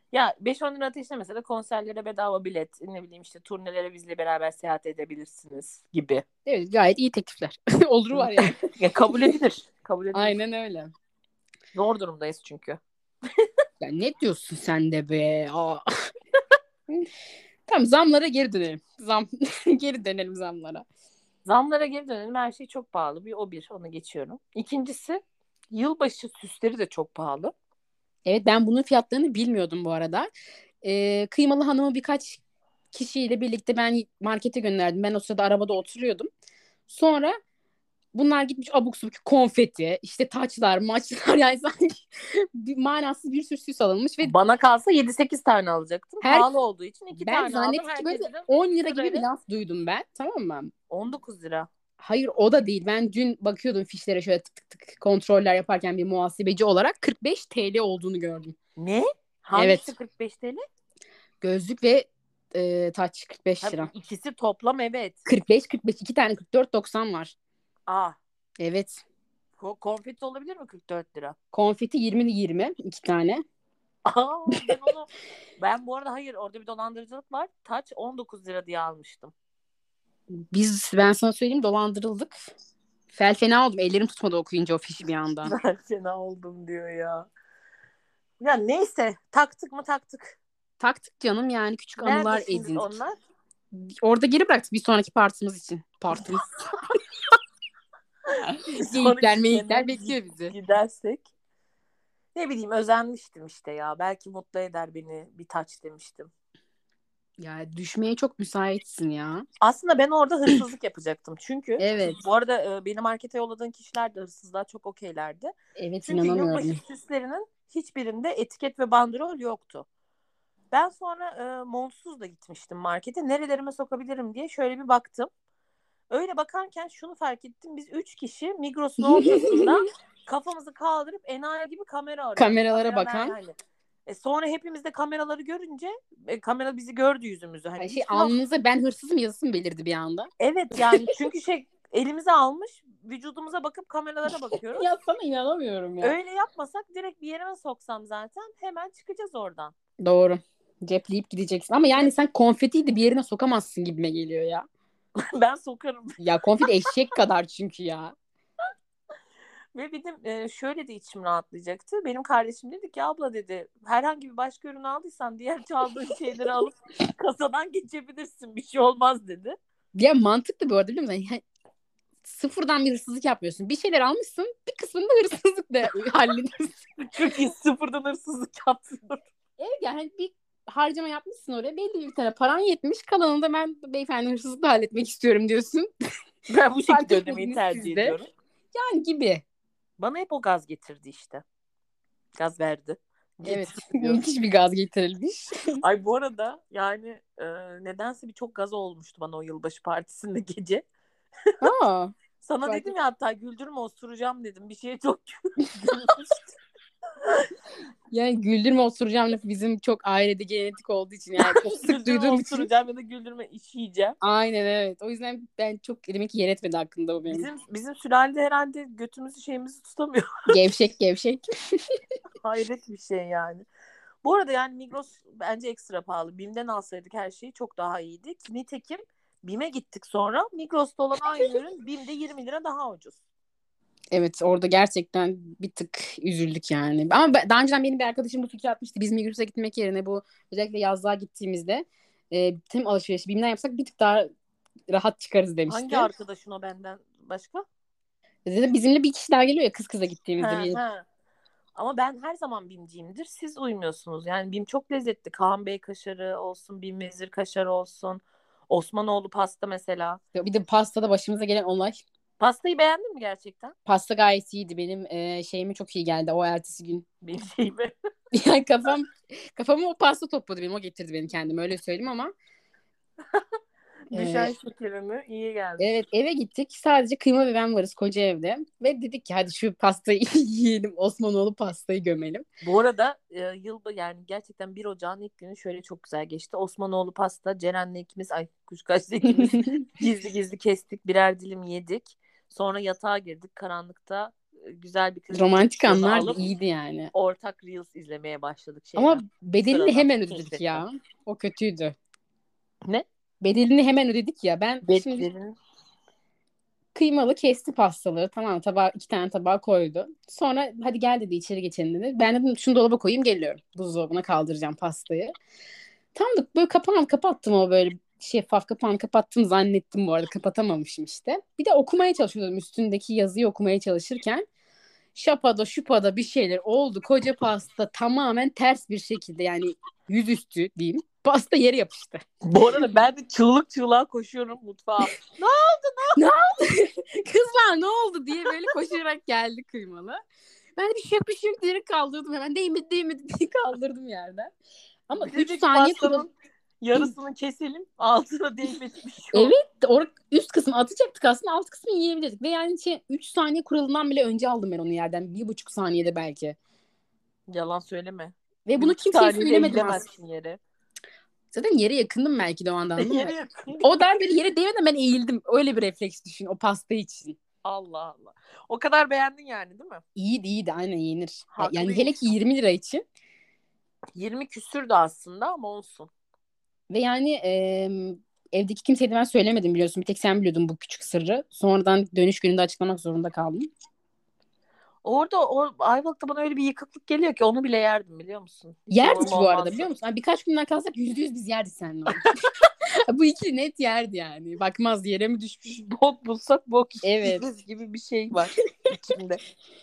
Ya beş on lira ateşle mesela konserlere bedava bilet, ne bileyim işte turnelere bizle beraber seyahat edebilirsiniz gibi. Evet, gayet iyi teklifler. Olur var yani. Ya kabul edilir. Kabul edilir. Aynen öyle. Zor durumdayız çünkü. Ya ne diyorsun sen de be? Aa. Tamam, zamlara geri dönelim. Zam geri dönelim zamlara. Zamlara geri dönelim. Her şey çok pahalı. Bir o bir. Onu geçiyorum. İkincisi yılbaşı süsleri de çok pahalı. Evet, ben bunun fiyatlarını bilmiyordum bu arada. Ee, Kıymalı Hanım'ı birkaç kişiyle birlikte ben markete gönderdim. Ben o sırada arabada oturuyordum. Sonra bunlar gitmiş abuk subuk konfeti, işte taçlar, maçlar yani sanki bir manasız bir sürü süs alınmış ve Bana kalsa yedi sekiz tane alacaktım. her Pahalı olduğu için iki ben tane aldım. zannettim ki böyle Herkese de on lira gibi bir sırayla laf duydum ben. Tamam mı? on dokuz lira. Hayır, o da değil. Ben dün bakıyordum fişlere şöyle tık tık tık kontroller yaparken bir muhasebeci olarak kırk beş T L olduğunu gördüm. Ne? Hangisi Evet. kırk beş T L? Gözlük ve e, taç kırk beş Tabii lira. ikisi toplam evet. kırk beş kırk beş iki tane kırk dört doksan var. Aa, Evet. konfeti olabilir mi kırk dört lira? Konfeti yirmi yirmi iki tane. Aa, ben onu ben bu arada hayır, orada bir dolandırıcılık var. Taç on dokuz lira diye almıştım. Biz ben sana söyleyeyim, dolandırıldık. Fel fena oldum. Ellerim tutmadı okuyunca o fişi bir anda. Ben fena oldum diyor ya. Ya neyse, taktık mı taktık. Taktık canım, yani küçük Nerede anılar şimdi edindik. onlar? Orada geri bıraktık bir sonraki partimiz için. Partimiz. Bir Geyikler sonraki meyikler sene bekliyor bizi. gidersek. Ne bileyim, özenmiştim işte ya. Belki mutlu eder beni bir taç demiştim. Ya düşmeye çok müsaitsin ya. Aslında ben orada hırsızlık yapacaktım. Çünkü Evet. bu arada e, beni markete yolladığın kişiler de hırsızlığa çok okeylerdi. Evet, Çünkü yılbaşı inanamıyorum. süslerinin hiçbirinde etiket ve bandrol yoktu. Ben sonra e, montsuz da gitmiştim markete. Nerelerime sokabilirim diye şöyle bir baktım. Öyle bakarken şunu fark ettim. Biz üç kişi Migros'un ortasında kafamızı kaldırıp enayi gibi kamera arıyoruz. Kameralara Kamera nerede bakan. hani? E sonra hepimiz de kameraları görünce e, kamera bizi gördü, yüzümüzü. Hani Ay şey, hiçbir nok- alnınıza ben hırsızım yazısı mı belirdi bir anda? Evet yani, çünkü şey, elimize almış vücudumuza bakıp kameralara bakıyoruz. Ya sana inanamıyorum ya. Öyle yapmasak direkt bir yerime soksam zaten hemen çıkacağız oradan. Doğru. Cepleyip gideceksin. Ama yani sen konfetiyi de bir yerine sokamazsın gibime geliyor ya. Ben sokarım. Ya konfeti eşek kadar çünkü ya. Ve benim e, şöyle de içim rahatlayacaktı. Benim kardeşim dedi ki abla dedi, herhangi bir başka ürün aldıysan diğer çaldığın şeyleri alıp kasadan geçebilirsin, bir şey olmaz dedi. Ya mantıklı bu arada, biliyor musun? Yani sıfırdan bir hırsızlık yapmıyorsun. Bir şeyler almışsın, bir kısmını da hırsızlıkla hallediyorsun. Çok iyi, sıfırdan hırsızlık yaptım. Evet, yani bir harcama yapmışsın oraya. Belli bir miktar paran yetmiş. Kalanını da ben beyefendi hırsızlıkla halletmek istiyorum diyorsun. Ben bu Fark şekilde ödemeyi etmediniz tercih siz de. ediyorum. Yani gibi. Bana hep o gaz getirdi işte. Gaz verdi. Evet. Getirdi diyorum. Müthiş bir gaz getirilmiş. Ay bu arada yani e, nedense bir çok gaz olmuştu bana o yılbaşı partisinde gece. Aa. Sana Fark dedim ya, hatta güldürme osuracağım dedim. Bir şeye çok gülmüştüm. Yani güldürme osuracağım lafı bizim çok ailede genetik olduğu için, yani çok sık Güldürme duyduğum için. osuracağım ya da güldürme işeyeceğim. Aynen, evet. O yüzden ben çok, demek ki yer etmedi hakkında o benim. Bizim bizim sülalede herhalde götümüzü şeyimizi tutamıyor. Gevşek gevşek. Hayret bir şey yani. Bu arada yani Migros bence ekstra pahalı. BİM'den alsaydık her şeyi çok daha iyiydi. Nitekim BİM'e gittik sonra. Migros'ta olan aynı ürün BİM'de yirmi lira daha ucuz. Evet, orada gerçekten bir tık üzüldük yani. Ama ben- daha önceden benim bir arkadaşım bu fikri atmıştı. Biz Migros'a gitmek yerine bu özellikle yazlığa gittiğimizde e, tüm alışverişi BİM'den yapsak bir tık daha rahat çıkarız Hangi demişti. arkadaşın o benden başka? Dedim, bizimle bir kişi daha geliyor ya kız kıza gittiğimizde. He, Bir... he. Ama ben her zaman BİM'ciyimdir. Siz uymuyorsunuz. Yani BİM çok lezzetli. Kaan Bey kaşarı olsun, BİM vezir kaşarı olsun. Osmanoğlu pasta mesela. Bir de pastada başımıza gelen olay. Pastayı beğendin mi gerçekten? Pasta gayet iyiydi. Benim e, şeyime çok iyi geldi o ertesi gün. Benim şeyime. Yani kafam kafamı o pasta topladı benim. O getirdi beni, kendime öyle söyleyeyim ama. Düşen E, şekerimi iyi geldi. evet, eve gittik. Sadece kıyma ve ben varız koca evde. Ve dedik ki hadi şu pastayı yiyelim. Osmanoğlu pastayı gömelim. Bu arada e, yılda yani gerçekten bir Ocağın ilk günü şöyle çok güzel geçti. Osmanoğlu pasta, Ceren'le ikimiz, ay kuşkaç'la ikimiz gizli gizli kestik. Birer dilim yedik. Sonra yatağa girdik karanlıkta. güzel bir kız Romantik pozisyonu anlar alıp iyiydi yani. ortak Reels izlemeye başladık şeyden. Ama bedelini Sıradan, hemen ödedik keşfetten. ya. O kötüydü. Ne? Bedelini hemen ödedik ya. Ben şimdi Bedelini. kıymalı kesti pastaları. Tamam, tabağa iki tane tabağa koydu. Sonra hadi gel dedi, içeri geçelim dedi. Ben dedim şunu dolaba koyayım, geliyorum. Buzdolabına kaldıracağım pastayı. Tam da böyle kapağını kapattım, o böyle şeffaf kapağını kapattım zannettim, bu arada kapatamamışım işte. Bir de okumaya çalışıyordum, üstündeki yazıyı okumaya çalışırken. Şapada şupada bir şeyler oldu. Koca pasta tamamen ters bir şekilde, yani yüzüstü diyeyim. Pasta yere yapıştı. Bu arada ben de çığlık çığlığa koşuyorum mutfağa. Ne oldu ne oldu? Kızlar ne oldu diye böyle koşarak geldi kıymalı. Ben de bir şey yok bir şey yok diyerek kaldırdım. Hemen değmedi değmedi diye kaldırdım yerden. Ama üç saniye pastanın yarısını keselim, altına değmemiş. Evet, or- üst kısmı atacaktık aslında, alt kısmı yiyebilirdik. Ve yani şey, üç saniye kuralından bile önce aldım ben onu yerden. Bir buçuk saniyede belki. Yalan söyleme. Ve bunu kimseye söylemedim aslında. Yere. Zaten yere yakındım belki de o anda, anladın Yere mı? yakın. O darbeli yere değmeden ben eğildim. Öyle bir refleks düşün o pasta için. Allah Allah. O kadar beğendin yani değil mi? İyiydi iyiydi, aynen yenir. Haklıyım. Yani hele ki yirmi lira için. yirmi küsürdü aslında ama olsun. Ve yani e, evdeki kimseye de ben söylemedim, biliyorsun. Bir tek sen biliyordun bu küçük sırrı. Sonradan dönüş gününde açıklamak zorunda kaldım. Orada o Ayvalık'ta bana öyle bir yıkıklık geliyor ki onu bile yerdim, biliyor musun? Hiç yerdik bu olmazdı. arada, biliyor musun? Yani birkaç günden kalsak yüzde yüz biz yerdik seninle. Bu ikili net yerdi yani. Bakmaz yere mi düşmüş? Bok bulsak bok evet. gibi bir şey var içimde.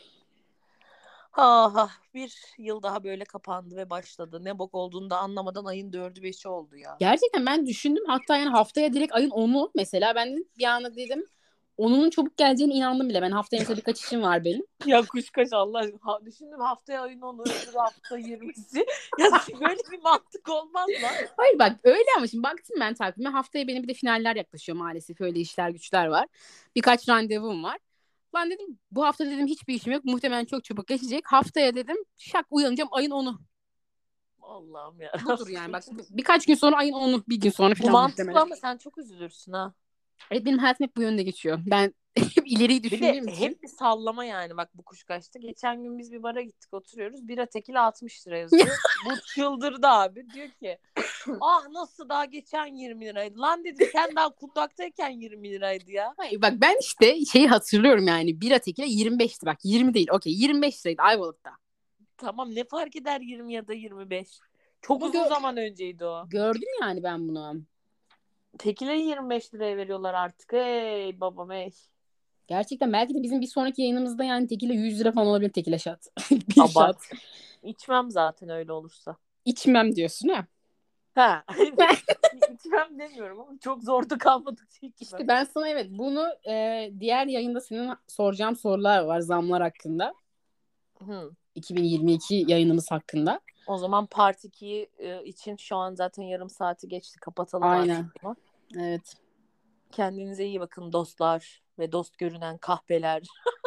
Ah, bir yıl daha böyle kapandı ve başladı. Ne bok olduğunu da anlamadan ayın dördü beşi oldu ya. Gerçekten ben düşündüm. Hatta yani haftaya direkt ayın onu mesela, ben dedim, bir anda dedim onunun çabuk geleceğine inandım bile. Ben haftaya mesela birkaç işim var benim. Ya kuşkaş Allah aşkına. Ha, düşündüm haftaya ayın onu, öbür hafta yirmisi. Ya böyle bir mantık olmaz lan. Hayır bak öyle, ama şimdi baktım ben takvime. Haftaya benim bir de finaller yaklaşıyor maalesef. Öyle işler güçler var. Birkaç randevum var. Ben dedim bu hafta dedim hiçbir işim yok. Muhtemelen çok çabuk geçecek. Haftaya dedim şak uyanacağım ayın onu. Allah'ım ya. Budur yani bak, birkaç gün sonra ayın onu, bir gün sonra falan bu mantıklı muhtemelen. ama sen çok üzülürsün ha. Evet, benim hayatım hep bu yönde geçiyor. Ben hep ileriyi düşündüğüm bir de için. hep bir sallama yani, bak bu kuşkaşta. Geçen gün biz bir bara gittik, oturuyoruz. Bira tekili altmış lira yazıyor. Bu çıldırdı abi. Diyor ki ah nasıl daha geçen yirmi liraydı. Lan dedim sen daha kundaktayken yirmi liraydı ya. Hayır bak ben işte şeyi hatırlıyorum yani, bira tekile yirmi beşti bak, yirmi değil okey, yirmi beş liraydı Ayvalık'ta. Tamam, ne fark eder yirmi ya da yirmi beş. Çok Ama uzun gö- zaman önceydi o. Gördüm yani ben bunu. Tekileyi yirmi beş liraya veriyorlar artık. Hey babam hey. Gerçekten belki de bizim bir sonraki yayınımızda yani tekile yüz lira falan olabilir, tekile şat. bir Abart. şat. İçmem zaten öyle olursa. İçmem diyorsun ha. Ha. İçmem demiyorum ama çok zorda kalmadıkça içmem. İşte ben sana evet bunu e, diğer yayında senin soracağım sorular var zamlar hakkında. Hı. iki bin yirmi iki yayınımız hakkında. O zaman Part ikiyi e, için şu an zaten yarım saati geçti. Kapatalım Aynen. artık. Evet. Kendinize iyi bakın dostlar ve dost görünen kahpeler.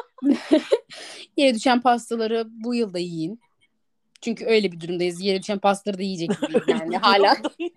Yere düşen pastaları bu yılda yiyin. Çünkü öyle bir durumdayız. Yere düşen pastaları da yiyecek gibiyiz yani hala.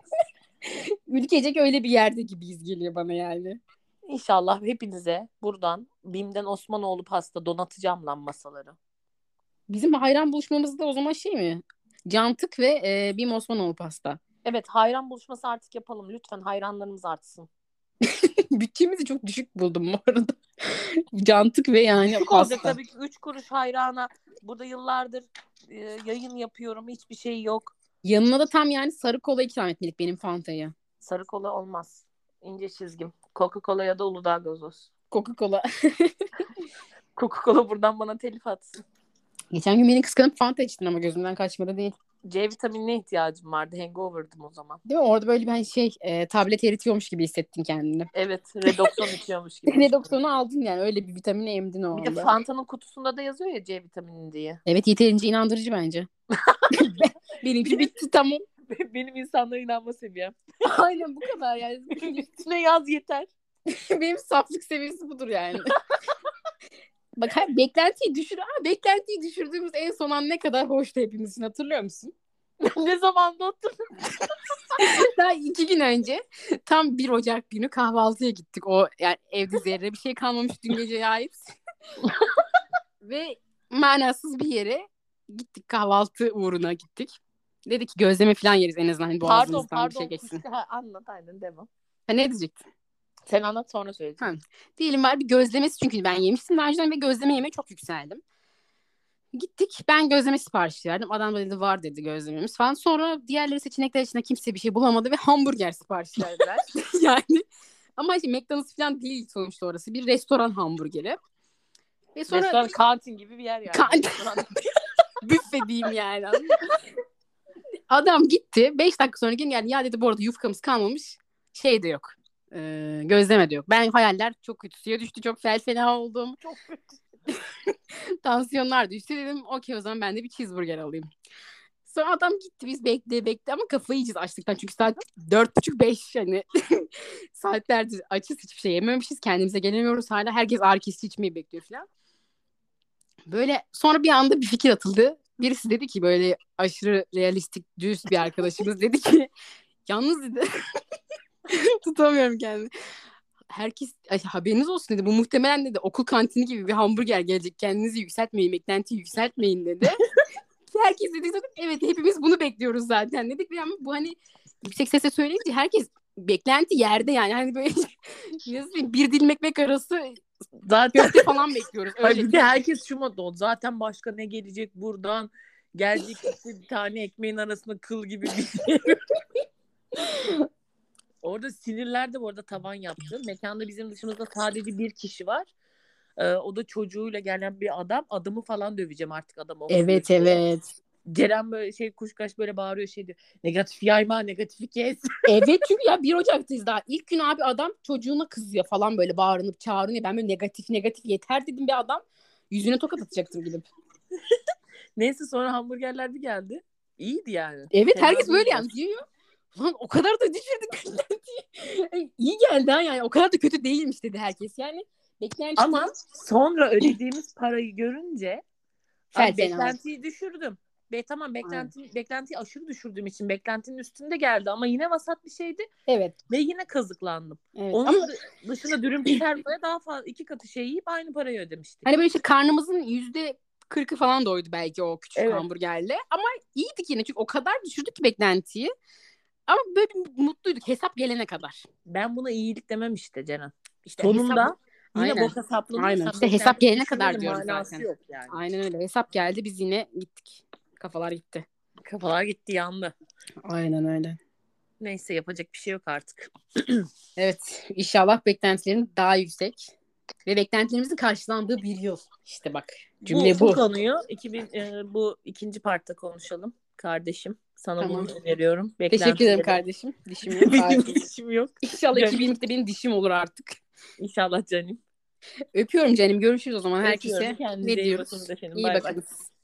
Ülkecek öyle bir yerde gibiyiz geliyor bana yani. İnşallah hepinize buradan Bim'den Osmanoğlu pasta donatacağım lan masaları. Bizim hayran buluşmamızda o zaman şey mi? Cantık ve e, Bim Osmanoğlu pasta. Evet, hayran buluşması artık yapalım. Lütfen hayranlarımız artsın. Bütçemizi çok düşük buldum bu arada. Cantık ve yani düşük pasta. olacak tabii ki. Üç kuruş hayrana. Burada yıllardır e, yayın yapıyorum. Hiçbir şey yok. Yanına da tam yani sarı kola ikram etmelik benim Fanta'ya. Sarı kola olmaz. İnce çizgim. Coca-Cola ya da Uludağ gazoz. Coca-Cola. Coca-Cola buradan bana telif atsın. Geçen gün beni kıskanıp Fanta içtin ama gözümden kaçmadı değil. C vitaminine ihtiyacım vardı. Hangover'dım o zaman. Değil mi? Orada böyle bir hani şey e, tablet eritiyormuş gibi hissettin kendini. Evet. Redoxon içiyormuş gibi. Redoxon'u aldın yani. Öyle bir vitamini emdin o Bir de anda. Fanta'nın kutusunda da yazıyor ya C vitamini diye. Evet, yeterince inandırıcı bence. Benimki bitti tamam. Benim insanlara inanma seviyem. Aynen bu kadar yani. Üstüne yaz yeter. Benim saflık seviyesi budur yani. Bak beklentiyi düşür. Aa, beklentiyi düşürdüğümüz en son an ne kadar hoştu hepimiz için, hatırlıyor musun? Ne zaman nottun? Daha iki gün önce tam bir Ocak günü kahvaltıya gittik. O yani evde zerre bir şey kalmamış dün geceye ait. Ve manasız bir yere gittik, kahvaltı uğruna gittik. Dedik ki gözleme falan yeriz en azından, hani Pardon boğazımızdan bir şey pardon geçsin. kuşku. Ha, anlat aynen devam. Ha, ne diyecektin? Sen anlat sonra söyleyeceğim. Ha. Diyelim var bir gözlemesi, çünkü ben yemiştim daha önceden ve gözleme yemeye çok yükseldim. Gittik, ben gözleme siparişi verdim. Adam da dedi var dedi gözlememiz falan. Sonra diğerleri seçenekler içinde kimse bir şey bulamadı ve hamburger siparişi verdiler. Yani ama işte McDonald's falan değil sonuçta, orası bir restoran hamburgeri. Ve sonra Restoran kantin gibi bir yer yani. Kantin. Büfe diyeyim yani. Adam gitti. Beş dakika sonra geri geldi. Ya dedi bu arada yufkamız kalmamış. Şey de yok. Ee, gözleme de yok. Ben hayaller çok kötü suya düştü. Çok fel fena oldum. Çok kötü. Tansiyonlar düştü. Dedim okey o zaman ben de bir cheeseburger alayım. Sonra adam gitti. Biz bekle bekle ama kafayı yiyeceğiz açlıktan. Çünkü saat dört buçuk beş hani. Saatlerdir açız, hiçbir şey yememişiz. Kendimize gelemiyoruz hala. Herkes ağrı kesici içmeyi bekliyor falan. Böyle sonra bir anda bir fikir atıldı. Birisi dedi ki, böyle aşırı realistik, düz bir arkadaşımız dedi ki yalnız dedi tutamıyorum kendimi. Herkes ay, haberiniz olsun dedi. Bu muhtemelen dedi okul kantini gibi bir hamburger gelecek. Kendinizi yükseltmeyin, beklentiyi yükseltmeyin dedi. Herkes dedi zaten evet hepimiz bunu bekliyoruz zaten dedik. Ama bu hani yüksek sesle söyleyince herkes beklenti yerde yani. Hani böyle nasıl diyeyim, bir dilim ekmek arası Zaten köfte falan bekliyoruz. Öyle. Ay bir de herkes şu modda oldu. Zaten başka ne gelecek buradan? Gelecek işte bir tane ekmeğin arasında kıl gibi bir şey. Orada sinirler de bu arada tavan yaptı. Mekanda bizim dışımızda sadece bir kişi var. Ee, o da çocuğuyla gelen bir adam. Adamı falan döveceğim artık adamı. Evet diye. Evet. Ceren böyle şey kuşkaş böyle bağırıyor şey diyor. Negatif yayma, negatifi kes. Evet çünkü ya bir Ocak'tayız daha. İlk gün abi adam çocuğuna kızıyor falan, böyle bağırınıp çağırınıyor. Ben böyle negatif negatif yeter dedim bir adam. Yüzüne tokat atacaktım gidip. Neyse sonra hamburgerler bir geldi. İyiydi yani. Evet Fena herkes böyle değildi. yani diyor. Lan o kadar da düşürdük beklentiyi. İyi geldi ha yani, o kadar da kötü değilmiş dedi herkes. Yani beklenti Ama sonra ödediğimiz parayı görünce abi beklentiyi düşürdüm. Be, tamam beklenti, beklentiyi aşırı düşürdüğüm için beklentinin üstünde geldi ama yine vasat bir şeydi. Evet. Ve yine kazıklandım. Evet. Onun ama dışında dürüm pizzaya daha fazla iki katı şey yiyip aynı parayı ödemiştik. Hani böyle işte karnımızın yüzde kırkı falan doydu belki o küçük evet. hamburgerle. Ama iyiydik yine çünkü o kadar düşürdük ki beklentiyi. Ama böyle bir mutluyduk hesap gelene kadar. Ben buna iyilik demem işte Ceren. İşte sonunda hesap... yine Aynen. boka saplanıyorsan Aynen. İşte hesap gelene kadar diyoruz manası zaten. Yok yani. Aynen öyle. Hesap geldi biz yine gittik. Kafalar gitti. Kafalar gitti yandı. Aynen öyle. Neyse yapacak bir şey yok artık. Evet. İnşallah beklentilerin daha yüksek. Ve beklentilerimizin karşılandığı bir yıl. İşte bak. Cümle bu. Bu, bu konuyu iki bin, e, bu ikinci partta konuşalım kardeşim. Sana Tamam. bunu öneriyorum. Teşekkür ederim kardeşim. Dişim yok. Benim dişim yok. İnşallah iki bin yirmilikte benim dişim olur artık. İnşallah canım. Öpüyorum canım. Görüşürüz o zaman Öpüyorum. herkese. Kendinize Ne iyi diyoruz? bakın efendim. İyi Bay bay. bakınız.